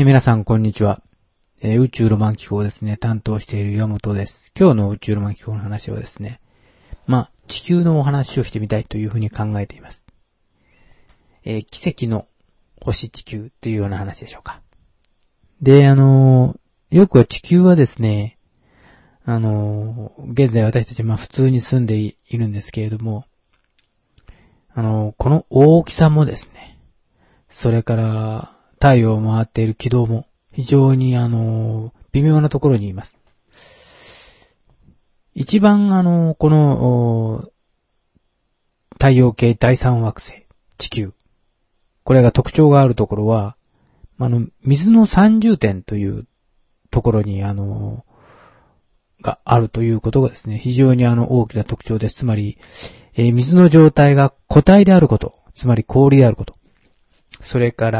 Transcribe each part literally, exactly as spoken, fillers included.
えー、皆さん、こんにちは。えー、宇宙ロマン機構をですね、担当している岩本です。今日の宇宙ロマン機構の話はですね、まあ、地球のお話をしてみたいというふうに考えています。えー、奇跡の星地球というような話でしょうか。で、あのー、よくは地球はですね、あのー、現在私たちまあ普通に住んでいるんですけれども、あのー、この大きさもですね、それから太陽を回っている軌道も非常にあの、微妙なところにいます。一番あの、この、太陽系第三惑星、地球。これが特徴があるところは、あの、水の三重点というところにあの、があるということがですね、非常にあの、大きな特徴です。つまり、えー、水の状態が固体であること、つまり氷であること。それから、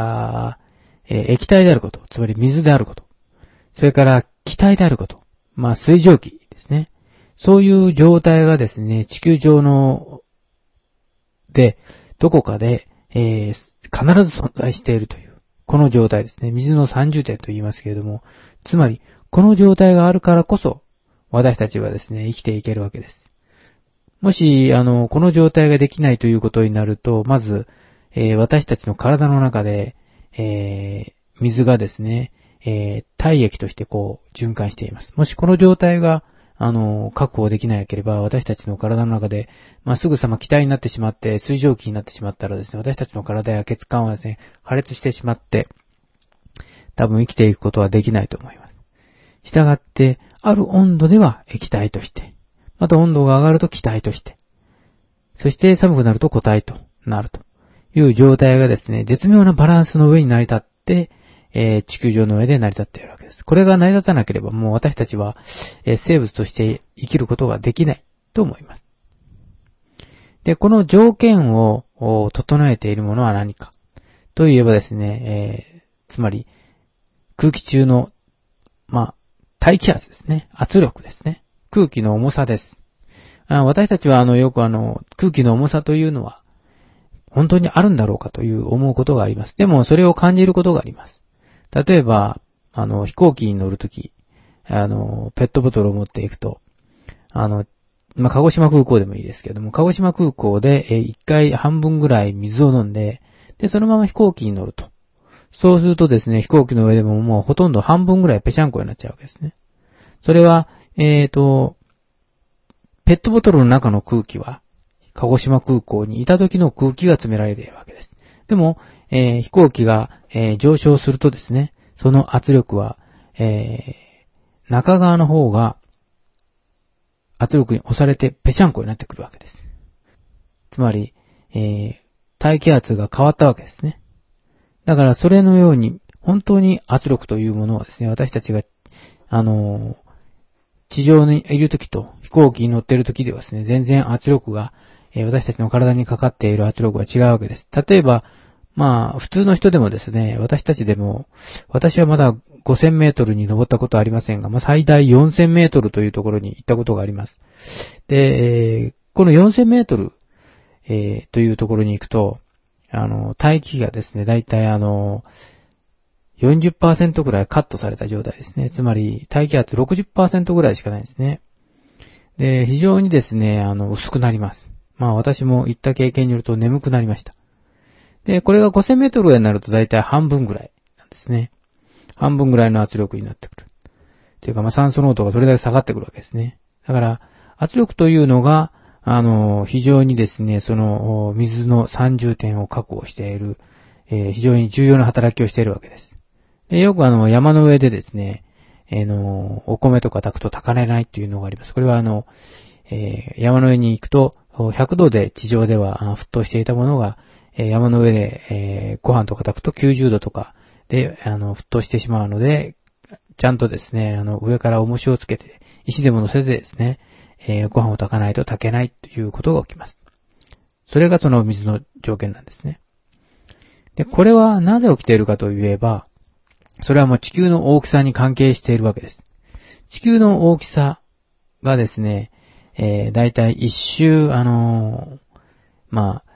えー、液体であること、つまり水であること。それから気体であること。まあ水蒸気ですね。そういう状態がですね、地球上の、で、どこかで、えー、必ず存在しているという、この状態ですね。水の三重点と言いますけれども、つまり、この状態があるからこそ、私たちはですね、生きていけるわけです。もし、あの、この状態ができないということになると、まず、えー、私たちの体の中で、えー、水がですね、えー、体液としてこう、循環しています。もしこの状態が、あの、確保できなければ、私たちの体の中で、まあ、すぐさま気体になってしまって、水蒸気になってしまったらですね、私たちの体や血管はですね、破裂してしまって、多分生きていくことはできないと思います。したがって、ある温度では液体として、また温度が上がると気体として、そして寒くなると固体となるという状態がですね、絶妙なバランスの上に成り立って、えー、地球上の上で成り立っているわけです。これが成り立たなければもう私たちは、えー、生物として生きることができないと思います。で、この条件を整えているものは何かといえばですね、えー、つまり空気中の、まあ、大気圧ですね。圧力ですね。空気の重さです。あ、私たちはあのよくあの空気の重さというのは本当にあるんだろうかという思うことがあります。でもそれを感じることがあります。例えば、あの、飛行機に乗るとき、あの、ペットボトルを持っていくと、あの、まあ、鹿児島空港でもいいですけれども、鹿児島空港で、え、一回半分ぐらい水を飲んで、で、そのまま飛行機に乗ると。そうするとですね、飛行機の上でももうほとんど半分ぐらいぺしゃんこになっちゃうわけですね。それは、えーと、ペットボトルの中の空気は、鹿児島空港にいた時の空気が詰められているわけです。でも、えー、飛行機が、えー、上昇するとですね、その圧力は、えー、中側の方が圧力に押されてぺしゃんこになってくるわけです。つまり、えー、大気圧が変わったわけですね。だからそれのように、本当に圧力というものはですね、私たちが、あのー、地上にいるときと飛行機に乗っているときではですね、全然圧力が、えー、私たちの体にかかっている圧力は違うわけです。例えば、まあ、普通の人でもですね、私たちでも、私はまだごせんメートルに登ったことはありませんが、まあ最大よんせんメートルというところに行ったことがあります。で、えー、このよんせんメートル、えー、というところに行くと、あの、大気がですね、だいたいあの、よんじゅっパーセント ぐらいカットされた状態ですね。つまり、大気圧 ろくじゅっパーセント ぐらいしかないんですね。で、非常にですね、あの、薄くなります。まあ私も行った経験によると眠くなりました。で、これがごせんメートルぐらいになると大体半分ぐらいなんですね。半分ぐらいの圧力になってくる。というか、まあ、酸素濃度がそれだけ下がってくるわけですね。だから、圧力というのが、あの、非常にですね、その、水の三重点を確保している、えー、非常に重要な働きをしているわけです。で、よくあの、山の上でですね、えー、の、お米とか炊くと炊かれないというのがあります。これはあの、えー、山の上に行くと、ひゃくどで地上では沸騰していたものが、山の上で、えー、ご飯とか炊くときゅうじゅうどとかで、あの、沸騰してしまうので、ちゃんとですね、あの、上から重しをつけて、石でも乗せてですね、えー、ご飯を炊かないと炊けないということが起きます。それがその水の条件なんですね。で、これはなぜ起きているかといえば、それはもう地球の大きさに関係しているわけです。地球の大きさがですね、えー、だいたい一周、あのー、まあ、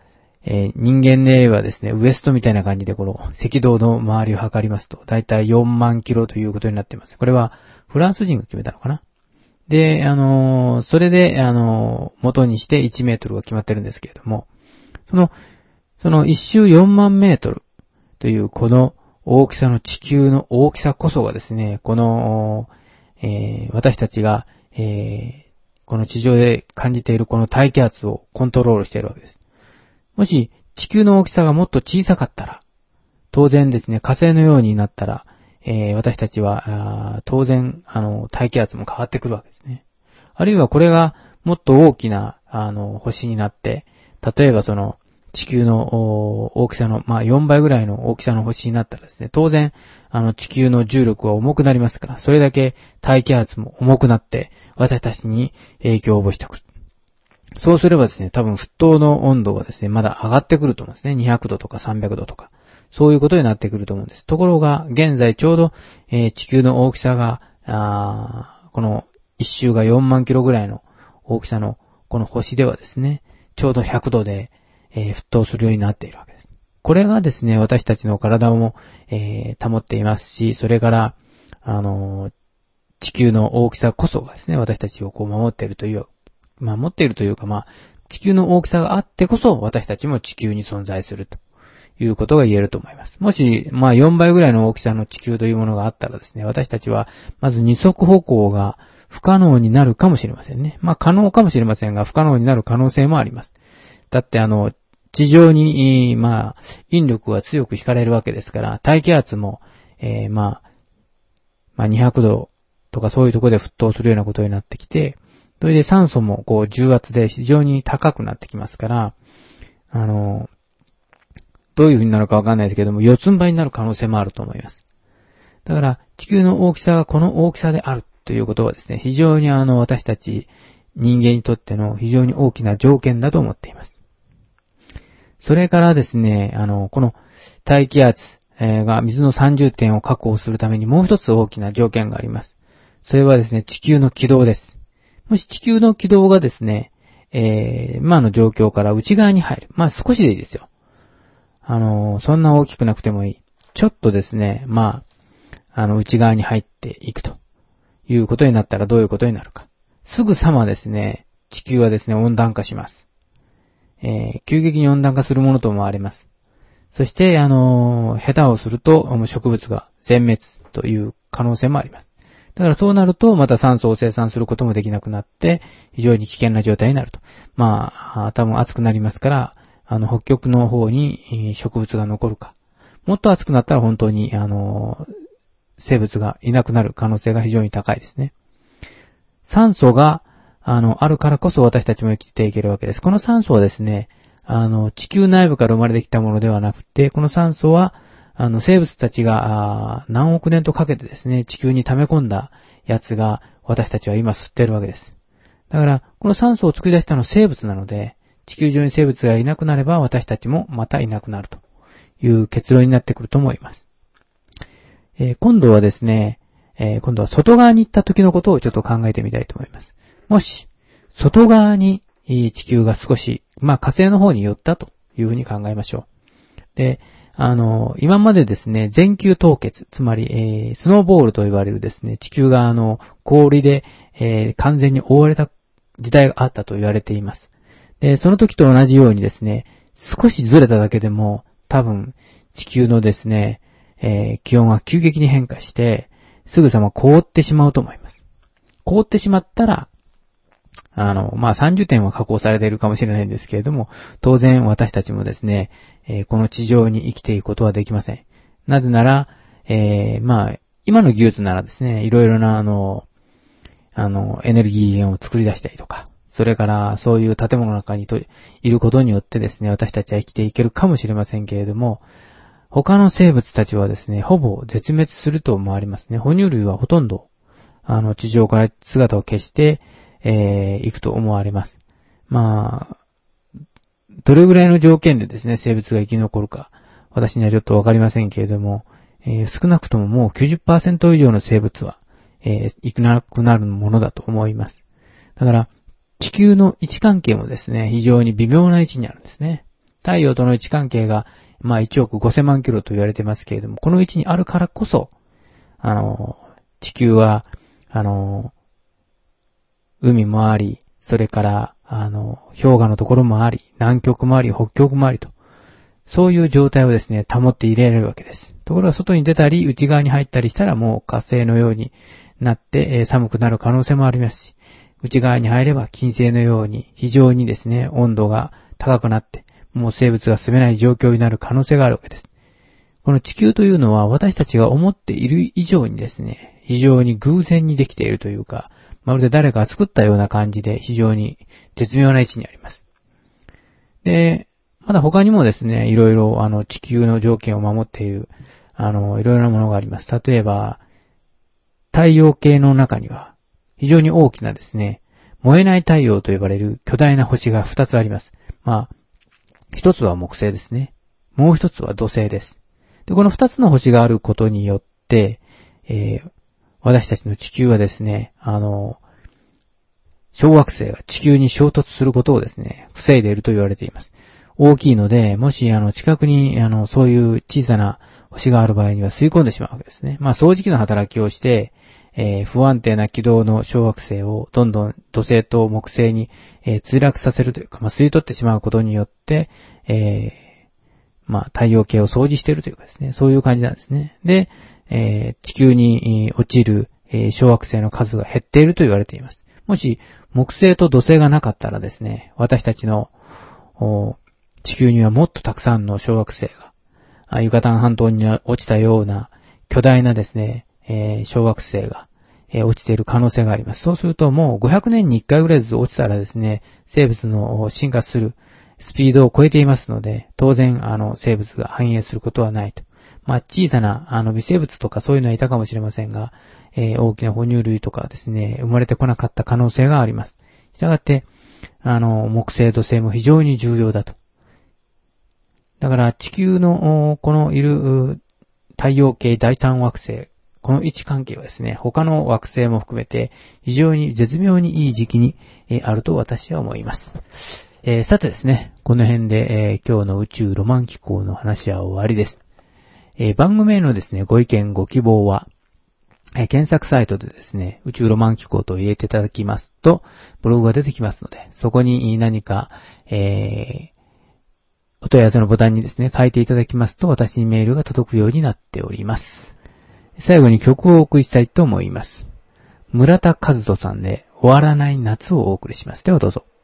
えー、人間ではですね、ウエストみたいな感じでこの赤道の周りを測りますと、だいたいよんまんキロということになっています。これはフランス人が決めたのかな。で、あのー、それで、あのー、元にしていちメートルが決まってるんですけれども、その、その一周よんまんメートルというこの大きさの地球の大きさこそがですね、この、えー、私たちが、えー、この地上で感じているこの大気圧をコントロールしているわけです。もし地球の大きさがもっと小さかったら、当然ですね、火星のようになったら、えー、私たちは、当然、あの、大気圧も変わってくるわけですね。あるいはこれがもっと大きな、あの、星になって、例えばその、地球の大きさの、まあ、よんばいぐらいの大きさの星になったらですね、当然、あの、地球の重力は重くなりますから、それだけ大気圧も重くなって、私たちに影響を及ぼしてくる。そうすればですね、多分沸騰の温度がですね、まだ上がってくると思うんですね。にひゃくどとかさんびゃくどとか。そういうことになってくると思うんです。ところが、現在ちょうど、えー、地球の大きさが、あこの一周がよんまんキロぐらいの大きさのこの星ではですね、ちょうどひゃくどで、えー、沸騰するようになっているわけです。これがですね、私たちの体も、えー、保っていますし、それから、あのー、地球の大きさこそがですね、私たちをこう守っているという、守っているというか、まあ、地球の大きさがあってこそ、私たちも地球に存在するということが言えると思います。もし、まあ、よんばいぐらいの大きさの地球というものがあったらですね、私たちは、まず二足歩行が不可能になるかもしれませんね。まあ、可能かもしれませんが、不可能になる可能性もあります。だって、あの、地上に、まあ、引力が強く引かれるわけですから、大気圧も、えー、まあ、まあ、にひゃくどとかそういうところで沸騰するようなことになってきて、それで酸素もこう重圧で非常に高くなってきますから、あの、どういう風になるかわかんないですけども、四つん這いになる可能性もあると思います。だから、地球の大きさがこの大きさであるということはですね、非常にあの、私たち人間にとっての非常に大きな条件だと思っています。それからですね、あの、この大気圧が水のさんじゅってんを確保するためにもう一つ大きな条件があります。それはですね、地球の軌道です。もし地球の軌道がですね、えー、今の状況から内側に入る。まあ少しでいいですよ。あの、そんな大きくなくてもいい。ちょっとですね、まあ、あの、内側に入っていくということになったらどういうことになるか。すぐさまですね、地球はですね、温暖化します。えー、急激に温暖化するものと思われます。そして、あの、下手をすると植物が全滅という可能性もあります。だからそうなると、また酸素を生産することもできなくなって、非常に危険な状態になると。まあ、多分暑くなりますから、あの、北極の方に植物が残るか。もっと暑くなったら本当に、あの、生物がいなくなる可能性が非常に高いですね。酸素が、あの、あるからこそ私たちも生きていけるわけです。この酸素はですね、あの、地球内部から生まれてきたものではなくて、この酸素は、あの、生物たちが何億年とかけてですね、地球に溜め込んだやつが私たちは今吸っているわけです。だから、この酸素を作り出したのは生物なので、地球上に生物がいなくなれば私たちもまたいなくなるという結論になってくると思います。えー、今度はですね、えー、今度は外側に行った時のことをちょっと考えてみたいと思います。もし、外側に地球が少し、まあ火星の方に寄ったというふうに考えましょう。で、あの、今までですね、全球凍結、つまり、えー、スノーボールと言われるですね、地球があの、氷で、えー、完全に覆われた時代があったと言われています。で、その時と同じようにですね、少しずれただけでも、多分、地球のですね、えー、気温が急激に変化して、すぐさま凍ってしまうと思います。凍ってしまったら、あの、まあ、さんじゅってんは加工されているかもしれないんですけれども、当然私たちもですね、えー、この地上に生きていくことはできません。なぜなら、えー、まあ、今の技術ならですね、いろいろなあの、あの、エネルギー源を作り出したりとか、それからそういう建物の中にといることによってですね、私たちは生きていけるかもしれませんけれども、他の生物たちはですね、ほぼ絶滅すると思われますね。哺乳類はほとんど、あの、地上から姿を消して、えー、行くと思われます。まあ、どれぐらいの条件でですね、生物が生き残るか、私にはちょっとわかりませんけれども、えー、少なくとももう きゅうじゅっパーセント 以上の生物は、えー、生きなくなるものだと思います。だから、地球の位置関係もですね、非常に微妙な位置にあるんですね。 太陽との位置関係が、まあいちおくごせんまんキロと言われてますけれども、この位置にあるからこそ、あの、地球は、あの、海もあり、それから、あの、氷河のところもあり、南極もあり、北極もありと、そういう状態をですね、保っていられるわけです。ところが外に出たり、内側に入ったりしたらもう火星のようになって、えー、寒くなる可能性もありますし、内側に入れば金星のように非常にですね、温度が高くなって、もう生物が住めない状況になる可能性があるわけです。この地球というのは私たちが思っている以上にですね、非常に偶然にできているというか、まるで誰かが作ったような感じで非常に絶妙な位置にあります。で、まだ他にもですね、いろいろあの地球の条件を守っている、あの、いろいろなものがあります。例えば、太陽系の中には非常に大きなですね、燃えない太陽と呼ばれる巨大な星が二つあります。まあ、一つは木星ですね。もう一つは土星です。で、この二つの星があることによって、えー、私たちの地球はですね、あの、小惑星が地球に衝突することをですね、防いでいると言われています。大きいので、もしあの近くにあのそういう小さな星がある場合には吸い込んでしまうわけですね。まあ掃除機の働きをして、えー、不安定な軌道の小惑星をどんどん土星と木星に、えー、墜落させるというか、まあ吸い取ってしまうことによって、えー、まあ太陽系を掃除しているというかですね、そういう感じなんですね。で、えー、地球に落ちる、えー、小惑星の数が減っていると言われています。もし木星と土星がなかったらですね、私たちの地球にはもっとたくさんの小惑星が、ユカタン半島に落ちたような巨大なですね、えー、小惑星が、えー、落ちている可能性があります。そうするともうごひゃくねんにいっかいぐらいずつ落ちたらですね、生物の進化するスピードを超えていますので、当然あの生物が繁栄することはないと。まあ小さなあの微生物とかそういうのはいたかもしれませんが、えー、大きな哺乳類とかですね、生まれてこなかった可能性があります。したがって、あの木星土星も非常に重要だと。だから地球のこのいる太陽系第三惑星、この位置関係はですね、他の惑星も含めて非常に絶妙にいい時期にあると私は思います。えー、さてですね、この辺で、えー、今日の宇宙ロマン機構の話は終わりです。えー、番組へのですね、ご意見ご希望は、えー、検索サイトでですね、宇宙ロマン機構と入れていただきますと、ブログが出てきますので、そこに何か、えーお問い合わせのボタンにですね、書いていただきますと、私にメールが届くようになっております。最後に曲をお送りしたいと思います。村田和人さんで、終わらない夏をお送りします。ではどうぞ。